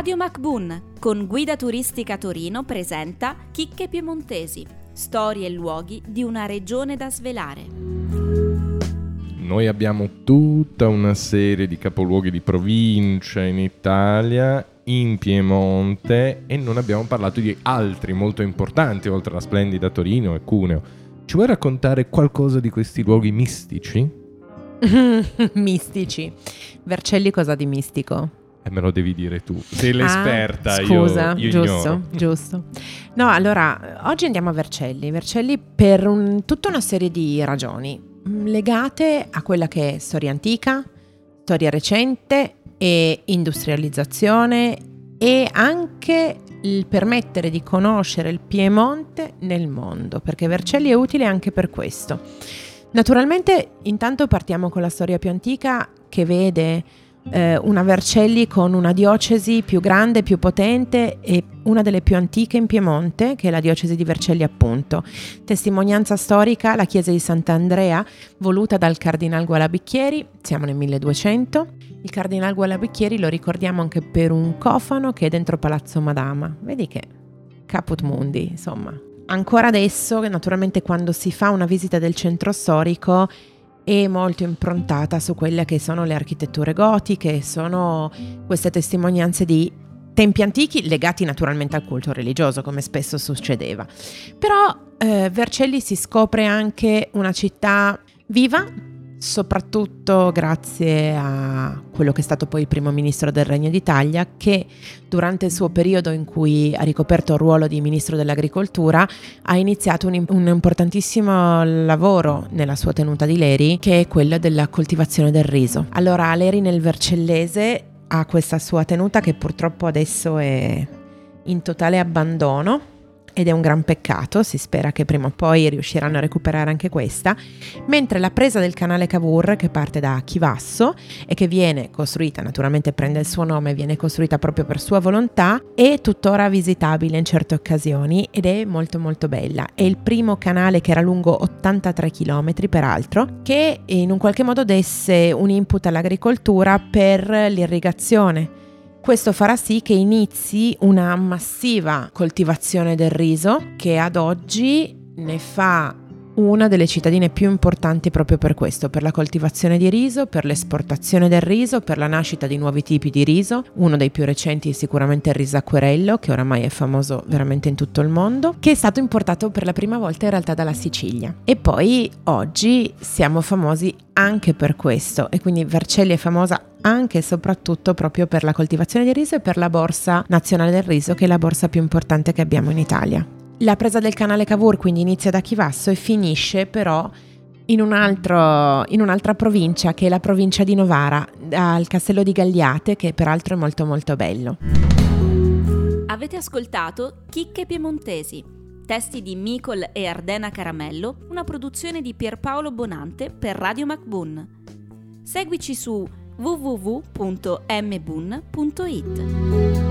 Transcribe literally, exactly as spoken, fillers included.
Radio MacBoon con Guida Turistica Torino presenta Chicche Piemontesi, storie e luoghi di una regione da svelare. Noi abbiamo tutta una serie di capoluoghi di provincia in Italia, in Piemonte, e non abbiamo parlato di altri molto importanti oltre alla splendida Torino e Cuneo. Ci vuoi raccontare qualcosa di questi luoghi mistici? Mistici. Vercelli cosa di mistico? E me lo devi dire tu, sei l'esperta. Ah, scusa, io, io giusto, ignoro. giusto. No, allora, oggi andiamo a Vercelli. Vercelli per un, tutta una serie di ragioni legate a quella che è storia antica, storia recente e industrializzazione, e anche il permettere di conoscere il Piemonte nel mondo, perché Vercelli è utile anche per questo. Naturalmente, intanto partiamo con la storia più antica, che vede eh, una Vercelli con una diocesi più grande, più potente e una delle più antiche in Piemonte, che è la diocesi di Vercelli appunto. Testimonianza storica, la chiesa di Sant'Andrea, voluta dal cardinal Gualabicchieri, siamo nel milleduecento. Il cardinal Gualabicchieri lo ricordiamo anche per un cofano che è dentro Palazzo Madama. Vedi che caput mundi, insomma. Ancora adesso, naturalmente, quando si fa una visita del centro storico, è molto improntata su quelle che sono le architetture gotiche, sono queste testimonianze di tempi antichi legati naturalmente al culto religioso, come spesso succedeva. Però eh, Vercelli si scopre anche una città viva, soprattutto grazie a quello che è stato poi il primo ministro del Regno d'Italia, che durante il suo periodo in cui ha ricoperto il ruolo di ministro dell'agricoltura ha iniziato un, un importantissimo lavoro nella sua tenuta di Leri, che è quello della coltivazione del riso. Allora Leri nel Vercellese ha questa sua tenuta che purtroppo adesso è in totale abbandono, ed è un gran peccato. Si spera che prima o poi riusciranno a recuperare anche questa, mentre la presa del canale Cavour, che parte da Chivasso e che viene costruita, naturalmente prende il suo nome, viene costruita proprio per sua volontà, è tuttora visitabile in certe occasioni ed è molto molto bella. È il primo canale, che era lungo ottantatré chilometri peraltro, che in un qualche modo desse un input all'agricoltura per l'irrigazione. Questo farà sì che inizi una massiva coltivazione del riso, che ad oggi ne fa una delle cittadine più importanti proprio per questo, per la coltivazione di riso, per l'esportazione del riso, per la nascita di nuovi tipi di riso. Uno dei più recenti è sicuramente il riso acquerello, che oramai è famoso veramente in tutto il mondo, che è stato importato per la prima volta in realtà dalla Sicilia. E poi oggi siamo famosi anche per questo, e quindi Vercelli è famosa anche e soprattutto proprio per la coltivazione di riso e per la borsa nazionale del riso, che è la borsa più importante che abbiamo in Italia. La presa del canale Cavour quindi inizia da Chivasso e finisce però in, un altro, in un'altra provincia, che è la provincia di Novara, al castello di Gagliate, che peraltro è molto molto bello. Avete ascoltato Chicche Piemontesi, testi di Micol e Ardena Caramello, una produzione di Pierpaolo Bonante per Radio MacBoon. Seguici su w w w punto m boon punto i t.